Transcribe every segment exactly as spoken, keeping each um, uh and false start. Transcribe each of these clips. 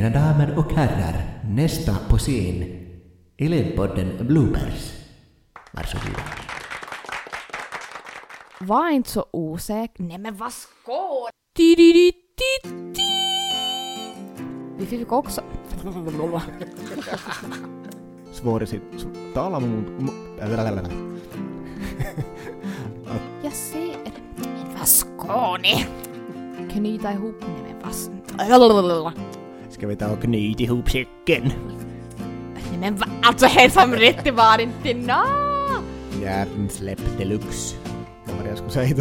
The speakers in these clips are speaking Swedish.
Mina damer och herrar, nästa på scen, Elevpodden Bloopers. Varsågoda. Var inte så osäker. Nej men vad skål! Vi fick också... Svårare sitt... Tala mot... Jag ser... Men vad skål ni? Knyta ihop... Nej men vad... Ska vi ta och knyta ihop säcken? Nej men vad... Alltså helt som rätt det var inte nå! Hjärnsläpp deluxe. Vad var det jag skulle säga då?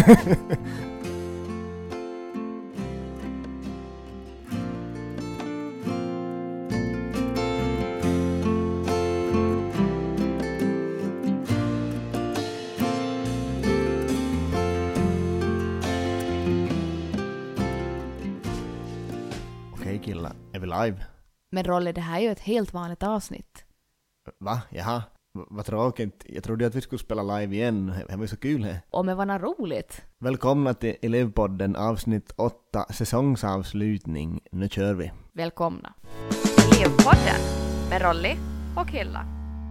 Okej killar, är vi live? Men Rolle, det här är ju ett helt vanligt avsnitt. Va? Jaha. V- vad tråkigt. Jag trodde att vi skulle spela live igen. Det var så kul här. Och men vad är roligt. Välkomna till Elevpodden avsnitt åtta, säsongsavslutning. Nu kör vi. Välkomna. Elevpodden med Rolly och Hilla.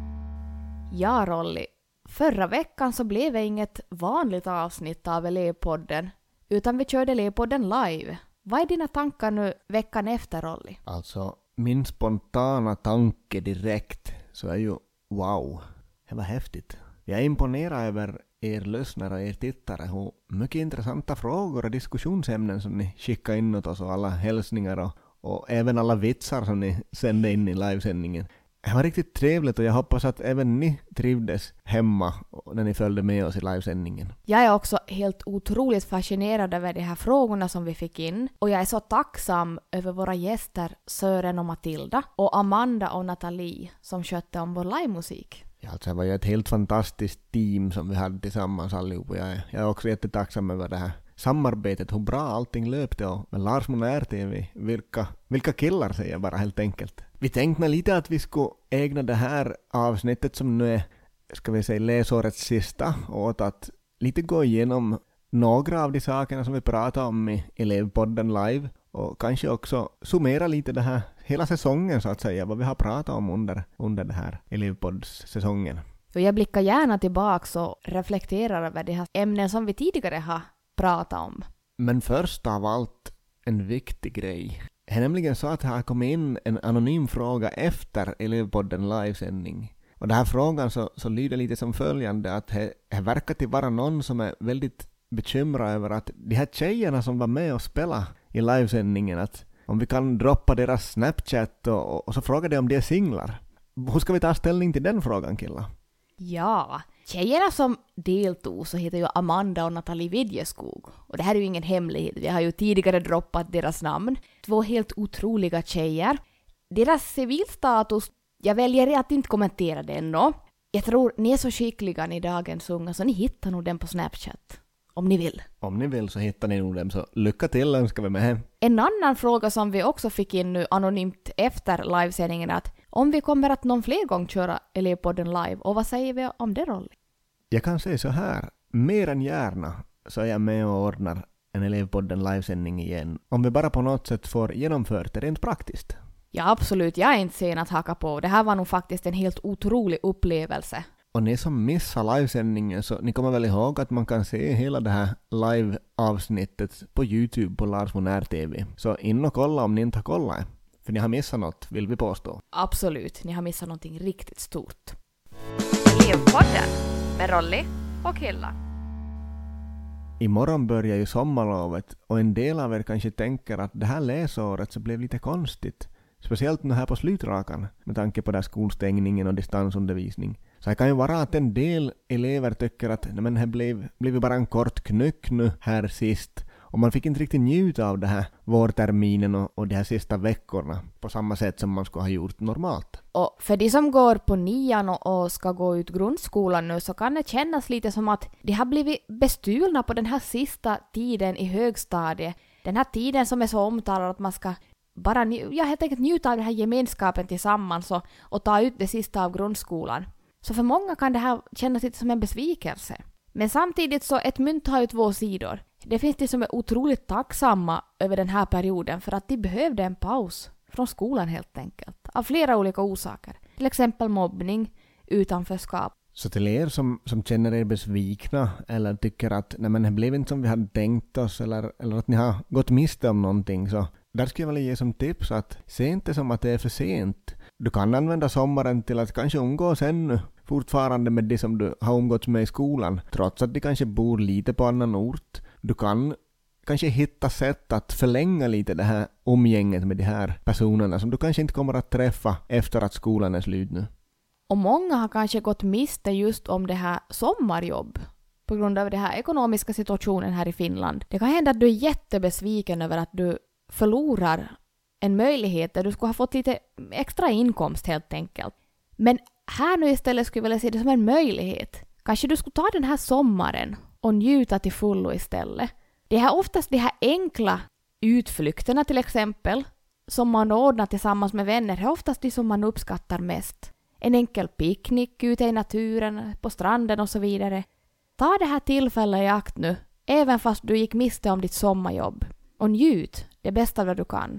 Ja, Rolly. Förra veckan så blev det inget vanligt avsnitt av Elevpodden, utan vi körde Elevpodden live. Vad är dina tankar nu veckan efter, Rolly? Alltså, min spontana tanke direkt så är ju wow. Det var häftigt. Jag är imponerad över er lyssnare och er tittare. Hur mycket intressanta frågor och diskussionsämnen som ni skickar in åt oss och alla hälsningar och, och även alla vitsar som ni sände in i livesändningen. Det var riktigt trevligt och jag hoppas att även ni trivdes hemma när ni följde med oss i livesändningen. Jag är också helt otroligt fascinerad över de här frågorna som vi fick in. Och jag är så tacksam över våra gäster Sören och Matilda och Amanda och Nathalie som skötte om vår livemusik. Ja, alltså det var ju ett helt fantastiskt team som vi hade tillsammans allihop. Jag är, jag är också jättetacksam över det här samarbetet, hur bra allting löpte. Och med Lars Monär T V, vilka, vilka killar säger jag bara helt enkelt. Vi tänkte lite att vi skulle ägna det här avsnittet som nu är, ska vi säga, läsårets sista åt att lite gå igenom några av de sakerna som vi pratar om i Elevpodden live och kanske också summera lite det här hela säsongen så att säga, vad vi har pratat om under, under det här Elevpodds-säsongen. Och jag blickar gärna tillbaka och reflekterar över de här ämnen som vi tidigare har pratat om. Men först av allt en viktig grej. Det är nämligen så att det har kommit in en anonym fråga efter Elevpodden livesändning. Och den här frågan så, så lyder lite som följande att det, det verkar till vara någon som är väldigt bekymrad över att de här tjejerna som var med och spelade i livesändningen, att om vi kan droppa deras Snapchat och, och så frågar de om de är singlar. Hur ska vi ta ställning till den frågan, killar? Ja, tjejerna som deltog så heter ju Amanda och Nathalie Widjeskog. Och det här är ju ingen hemlighet, vi har ju tidigare droppat deras namn. Två helt otroliga tjejer. Deras civilstatus, jag väljer att inte kommentera det ännu. Jag tror ni är så skickliga i dagens unga så ni hittar nog den på Snapchat. Om ni vill. Om ni vill så hittar ni nog dem, så lycka till önskar vi med. En annan fråga som vi också fick in nu anonymt efter livesändningen är att om vi kommer att någon fler gång köra Elevpodden live, och vad säger vi om det, Rolly? Jag kan säga så här, mer än gärna så är jag med och ordnar en Elevpodden livesändning igen. Om vi bara på något sätt får genomfört det rent praktiskt. Ja, absolut. Jag är inte sen att haka på. Det här var nog faktiskt en helt otrolig upplevelse. Och ni som missar livesändningen så ni kommer väl ihåg att man kan se hela det här live-avsnittet på YouTube på Lars Monär T V. Så in och kolla om ni inte har kollat. För ni har missat något, vill vi påstå. Absolut, ni har missat någonting riktigt stort. Elevpodden med Rolly och Hilla. Imorgon börjar ju sommarlovet och en del av er kanske tänker att det här läsåret så blev lite konstigt. Speciellt nu här på slutrakan med tanke på där skolstängningen och distansundervisning. Så det kan ju vara att en del elever tycker att nej, men det blev, blev bara en kort knyck nu här sist. Och man fick inte riktigt njuta av det här vårterminen och, och de här sista veckorna på samma sätt som man skulle ha gjort normalt. Och för de som går på nian och, och ska gå ut grundskolan nu så kan det kännas lite som att de har blivit bestulna på den här sista tiden i högstadiet. Den här tiden som är så omtalad att man ska bara ja, helt enkelt njuta av den här gemenskapen tillsammans och, och ta ut det sista av grundskolan. Så för många kan det här kännas lite som en besvikelse. Men samtidigt så ett mynt har ju två sidor. Det finns de som är otroligt tacksamma över den här perioden för att de behövde en paus från skolan helt enkelt. Av flera olika orsaker. Till exempel mobbning, utanförskap. Så till er som, som känner er besvikna eller tycker att nej, men det blev inte som vi hade tänkt oss eller, eller att ni har gått miste om någonting, så där skulle jag vilja ge som tips att se inte som att det är för sent. Du kan använda sommaren till att kanske umgås ännu fortfarande med de som du har umgåtts med i skolan, trots att de kanske bor lite på annan ort. Du kan kanske hitta sätt att förlänga lite det här umgänget med de här personerna som du kanske inte kommer att träffa efter att skolan är slut nu. Och många har kanske gått miste just om det här sommarjobb på grund av den här ekonomiska situationen här i Finland. Det kan hända att du är jättebesviken över att du förlorar en möjlighet där du skulle ha fått lite extra inkomst helt enkelt. Men här nu istället skulle jag vilja se det som en möjlighet. Kanske du skulle ta den här sommaren och njuta till fullo istället. Det är oftast de här enkla utflykterna till exempel som man ordnar tillsammans med vänner är oftast de som man uppskattar mest. En enkel picknick ute i naturen, på stranden och så vidare. Ta det här tillfället i akt nu, även fast du gick miste om ditt sommarjobb. Och njut det bästa vad du kan.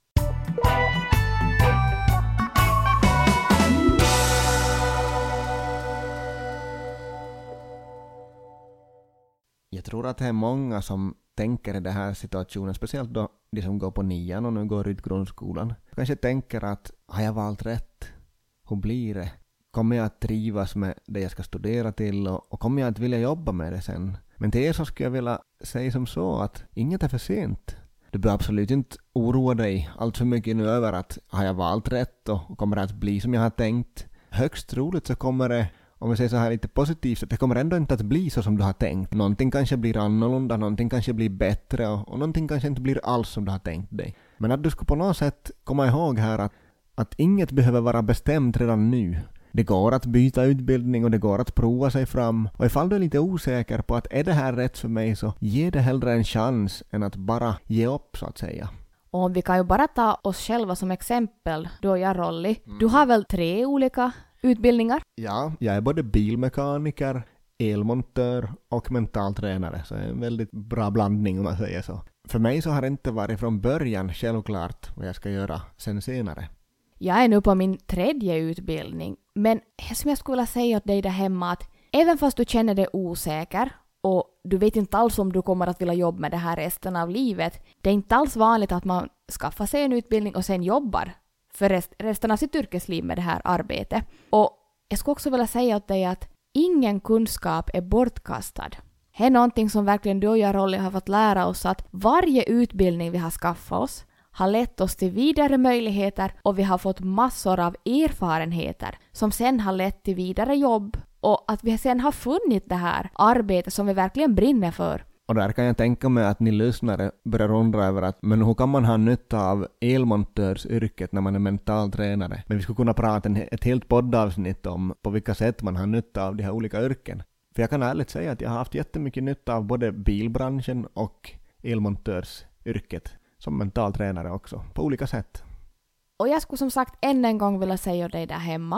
Jag tror att det är många som tänker i den här situationen, speciellt då de som går på nian och nu går ut grundskolan. Kanske tänker att har jag valt rätt? Hur blir det? Kommer jag att trivas med det jag ska studera till och, och kommer jag att vilja jobba med det sen? Men till er så skulle jag vilja säga som så att inget är för sent. Du behöver absolut inte oroa dig allt för mycket nu över att har jag valt rätt och kommer det att bli som jag har tänkt. Högst troligt så kommer det, om vi säger så här lite positivt, att det kommer ändå inte att bli så som du har tänkt. Någonting kanske blir annorlunda, någonting kanske blir bättre och, och någonting kanske inte blir alls som du har tänkt dig. Men att du ska på något sätt komma ihåg här att, att inget behöver vara bestämt redan nu. Det går att byta utbildning och det går att prova sig fram. Och ifall du är lite osäker på att är det här rätt för mig, så ge det hellre en chans än att bara ge upp så att säga. Och vi kan ju bara ta oss själva som exempel, du och jag Rolly. Mm. Du har väl tre olika utbildningar? Ja, jag är både bilmekaniker, elmontör och mentaltränare. Så det är en väldigt bra blandning om man säger så. För mig så har det inte varit från början självklart vad jag ska göra sen senare. Jag är nu på min tredje utbildning, men som jag skulle vilja säga åt dig där hemma att även fast du känner dig osäker och du vet inte alls om du kommer att vilja jobba med det här resten av livet, det är inte alls vanligt att man skaffar sig en utbildning och sen jobbar för rest, resten av sitt yrkesliv med det här arbetet. Och jag skulle också vilja säga åt dig att ingen kunskap är bortkastad. Det är någonting som verkligen du och jag Rolly har fått lära oss, att varje utbildning vi har skaffat oss har lett oss till vidare möjligheter och vi har fått massor av erfarenheter som sen har lett till vidare jobb och att vi sen har funnit det här arbetet som vi verkligen brinner för. Och där kan jag tänka mig att ni lyssnare börjar undra över att men hur kan man ha nytta av elmontörsyrket när man är mentaltränare? Men vi skulle kunna prata en, ett helt poddavsnitt om på vilka sätt man har nytta av de här olika yrken. För jag kan ärligt säga att jag har haft jättemycket nytta av både bilbranschen och elmontörsyrket som mentaltränare också, på olika sätt. Och jag skulle som sagt än en gång vilja säga dig där hemma.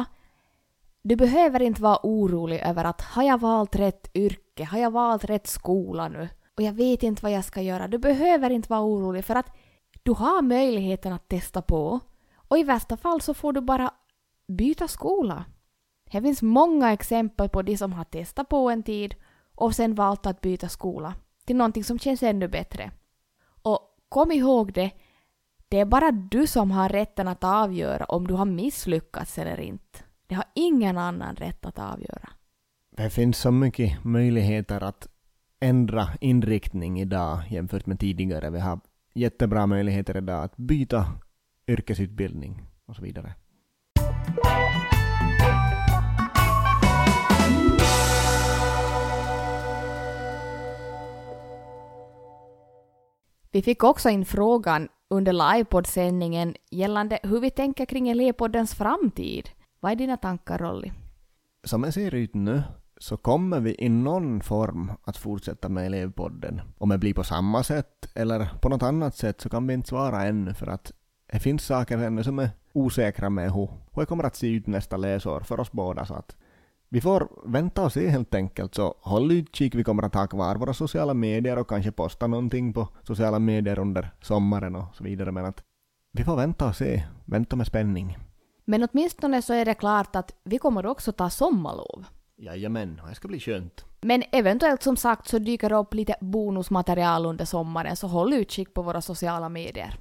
Du behöver inte vara orolig över att har jag valt rätt yrke, har jag valt rätt skola nu och jag vet inte vad jag ska göra. Du behöver inte vara orolig för att du har möjligheten att testa på och i värsta fall så får du bara byta skola. Det finns många exempel på de som har testat på en tid och sen valt att byta skola till någonting som känns ännu bättre. Och kom ihåg det, det är bara du som har rätten att avgöra om du har misslyckats eller inte. Det har ingen annan rätt att avgöra. Det finns så mycket möjligheter att ändra inriktning idag jämfört med tidigare. Vi har jättebra möjligheter idag att byta yrkesutbildning och så vidare. Vi fick också in frågan under livepoddsändningen gällande hur vi tänker kring elevpoddens framtid. Vad är dina tankar, Rolly? Som det ser ut nu så kommer vi i någon form att fortsätta med elevpodden. Om det blir på samma sätt eller på något annat sätt så kan vi inte svara ännu, för att det finns saker ännu som är osäkra med hur, hur det kommer att se ut nästa läsår för oss båda. Så att vi får vänta och se helt enkelt, så håll utkik. Vi kommer att ha kvar våra sociala medier och kanske posta någonting på sociala medier under sommaren och så vidare. Men att vi får vänta och se. Vänta med spänning. Men åtminstone så är det klart att vi kommer också ta sommarlov. Jajamän, det ska bli skönt. Men eventuellt som sagt så dyker det upp lite bonusmaterial under sommaren, så håll utkik på våra sociala medier.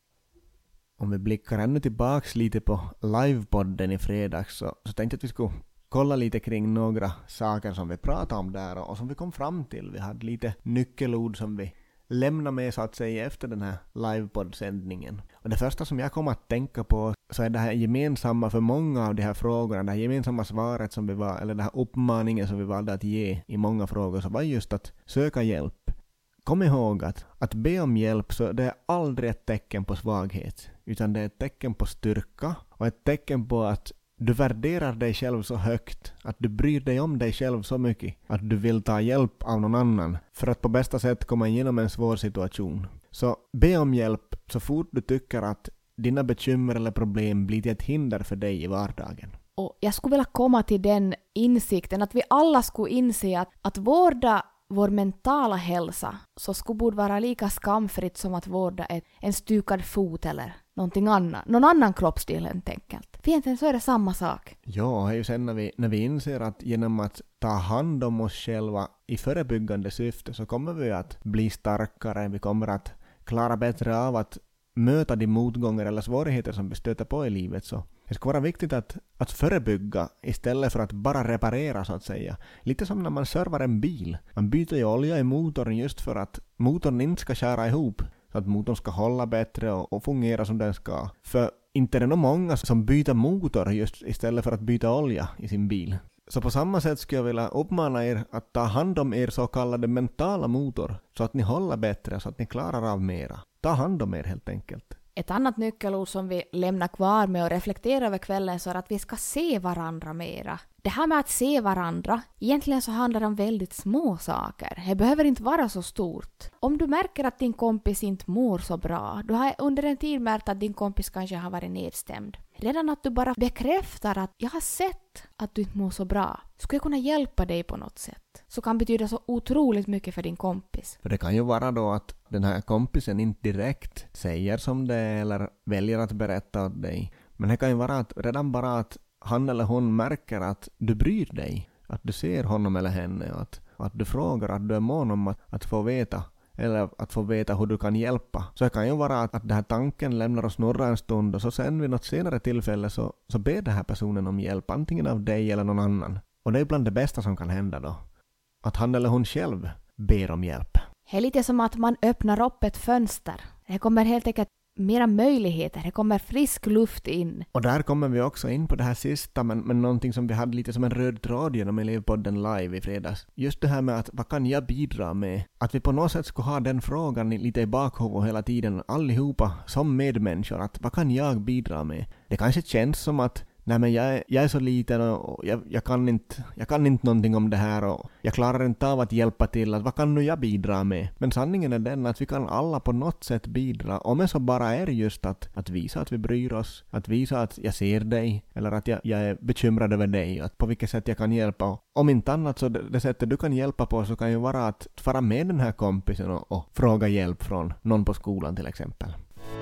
Om vi blickar ännu tillbaks lite på livepodden i fredags så, så tänkte jag att vi skulle kolla lite kring några saker som vi pratade om där och, och som vi kom fram till. Vi hade lite nyckelord som vi lämnade med så att säga efter den här livepoddsändningen. Och det första som jag kom att tänka på så är det här gemensamma för många av de här frågorna, det här gemensamma svaret som vi var, eller den här uppmaningen som vi valde att ge i många frågor, så var just att söka hjälp. Kom ihåg att, att be om hjälp så det är aldrig ett tecken på svaghet, utan det är ett tecken på styrka och ett tecken på att du värderar dig själv så högt, att du bryr dig om dig själv så mycket, att du vill ta hjälp av någon annan för att på bästa sätt komma igenom en svår situation. Så be om hjälp så fort du tycker att dina bekymmer eller problem blir till ett hinder för dig i vardagen. Och jag skulle vilja komma till den insikten att vi alla skulle inse att, att vårda vår mentala hälsa så skulle borde vara lika skamfritt som att vårda ett, en stukad fot eller någonting annat. Någon annan kroppsdel helt enkelt. Egentligen så är det samma sak. Ja, det är ju sen när vi, när vi inser att genom att ta hand om oss själva i förebyggande syfte så kommer vi att bli starkare. Vi kommer att klara bättre av att möta de motgångar eller svårigheter som vi stöter på i livet. Så det ska vara viktigt att, att förebygga istället för att bara reparera så att säga. Lite som när man servar en bil. Man byter ju olja i motorn just för att motorn inte ska köra ihop. Så att motorn ska hålla bättre och, och fungera som den ska. För inte är det nog många som byter motor just istället för att byta olja i sin bil. Så på samma sätt skulle jag vilja uppmana er att ta hand om er så kallade mentala motor. Så att ni håller bättre, så att ni klarar av mera. Ta hand om er helt enkelt. Ett annat nyckelord som vi lämnar kvar med och reflekterar över kvällen så är att vi ska se varandra mera. Det här med att se varandra, egentligen så handlar det om väldigt små saker. Det behöver inte vara så stort. Om du märker att din kompis inte mår så bra, du har under en tid märkt att din kompis kanske har varit nedstämd. Redan att du bara bekräftar att jag har sett att du inte mår så bra, skulle jag kunna hjälpa dig på något sätt. Så kan betyda så otroligt mycket för din kompis. För det kan ju vara då att den här kompisen inte direkt säger som det är eller väljer att berätta åt dig. Men det kan ju vara att redan bara att han eller hon märker att du bryr dig. Att du ser honom eller henne och att, och att du frågar, att du är mån om att, att få veta. Eller att få veta hur du kan hjälpa. Så det kan ju vara att, att den här tanken lämnar oss snurra en stund och så sen vid något senare tillfälle så, så ber den här personen om hjälp. Antingen av dig eller någon annan. Och det är bland det bästa som kan hända då. Att han eller hon själv ber om hjälp. Det är lite som att man öppnar upp ett fönster. Det kommer helt enkelt mera möjligheter. Det kommer frisk luft in. Och där kommer vi också in på det här sista, men, men någonting som vi hade lite som en röd tråd genom Elevpodden live i fredags. Just det här med att vad kan jag bidra med? Att vi på något sätt skulle ha den frågan lite i bakhuvudet hela tiden, allihopa som medmänniskor. Att vad kan jag bidra med? Det kanske känns som att nej men jag är, jag är så liten och jag, jag, kan inte, jag kan inte någonting om det här och jag klarar inte av att hjälpa till. Att vad kan nu jag bidra med? Men sanningen är den att vi kan alla på något sätt bidra. Om det så bara är just att, att visa att vi bryr oss. Att visa att jag ser dig. Eller att jag, jag är bekymrad över dig. Att på vilket sätt jag kan hjälpa. Om inte annat så det, det sättet du kan hjälpa på så kan ju vara att fara med den här kompisen och, och fråga hjälp från någon på skolan till exempel.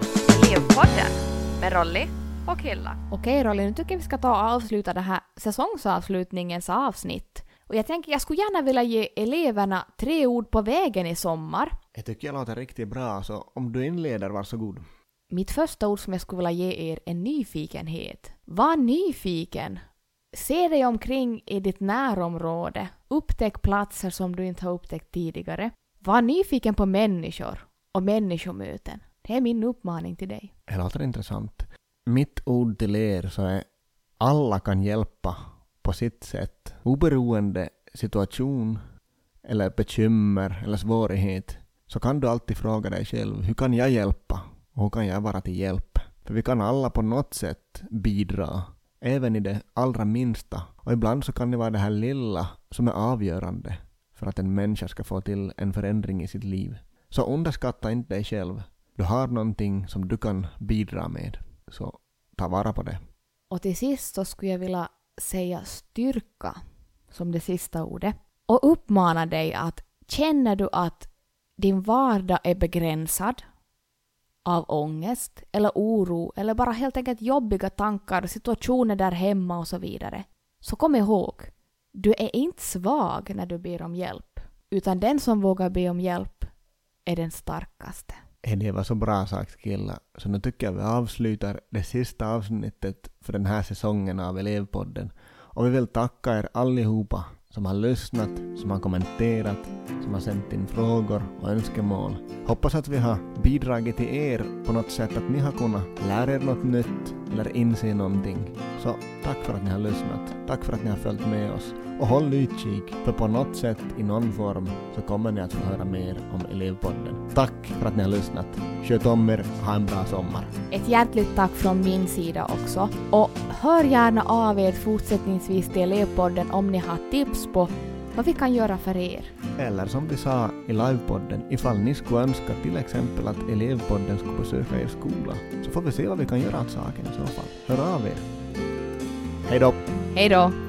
Elevpodden med Rolly och Killa. Okej Rolly, nu tycker jag vi ska ta och avsluta det här säsongsavslutningens avsnitt. Och jag tänker, jag skulle gärna vilja ge eleverna tre ord på vägen i sommar. Jag tycker jag låter riktigt bra, så om du inleder, varsågod. Mitt första ord som jag skulle vilja ge er är nyfikenhet. Var nyfiken. Se dig omkring i ditt närområde. Upptäck platser som du inte har upptäckt tidigare. Var nyfiken på människor och människomöten. Det är min uppmaning till dig. Det låter intressant. Mitt ord till er så är alla kan hjälpa på sitt sätt. Oberoende situation eller bekymmer eller svårighet så kan du alltid fråga dig själv, hur kan jag hjälpa och hur kan jag vara till hjälp? För vi kan alla på något sätt bidra, även i det allra minsta. Och ibland så kan det vara det här lilla som är avgörande för att en människa ska få till en förändring i sitt liv. Så underskatta inte dig själv. Du har någonting som du kan bidra med. Så ta vara på det. Och till sist så skulle jag vilja säga styrka som det sista ordet. Och uppmana dig att känner du att din vardag är begränsad, av ångest eller oro eller bara helt enkelt jobbiga tankar, situationer där hemma och så vidare, så kom ihåg, du är inte svag när du ber om hjälp, utan den som vågar be om hjälp är den starkaste. Det var så bra sagt, killar. Så nu tycker jag vi avslutar det sista avsnittet för den här säsongen av Elevpodden. Och vi vill tacka er allihopa som har lyssnat, som har kommenterat, som har sänt in frågor och önskemål. Hoppas att vi har bidragit till er på något sätt, att ni har kunnat lära er något nytt eller inse någonting. Så tack för att ni har lyssnat. Tack för att ni har följt med oss. Och håll utkik, för på något sätt i någon form så kommer ni att få höra mer om Elevpodden. Tack för att ni har lyssnat. Sköt om er, ha en bra sommar. Ett hjärtligt tack från min sida också. Och hör gärna av er fortsättningsvis till Elevpodden om ni har tips på vad vi kan göra för er. Eller som vi sa i livepodden, ifall ni skulle önska till exempel att Elevpodden skulle besöka er skola, så får vi se vad vi kan göra åt saken i så fall. Hör av er. Hej då! Hej då!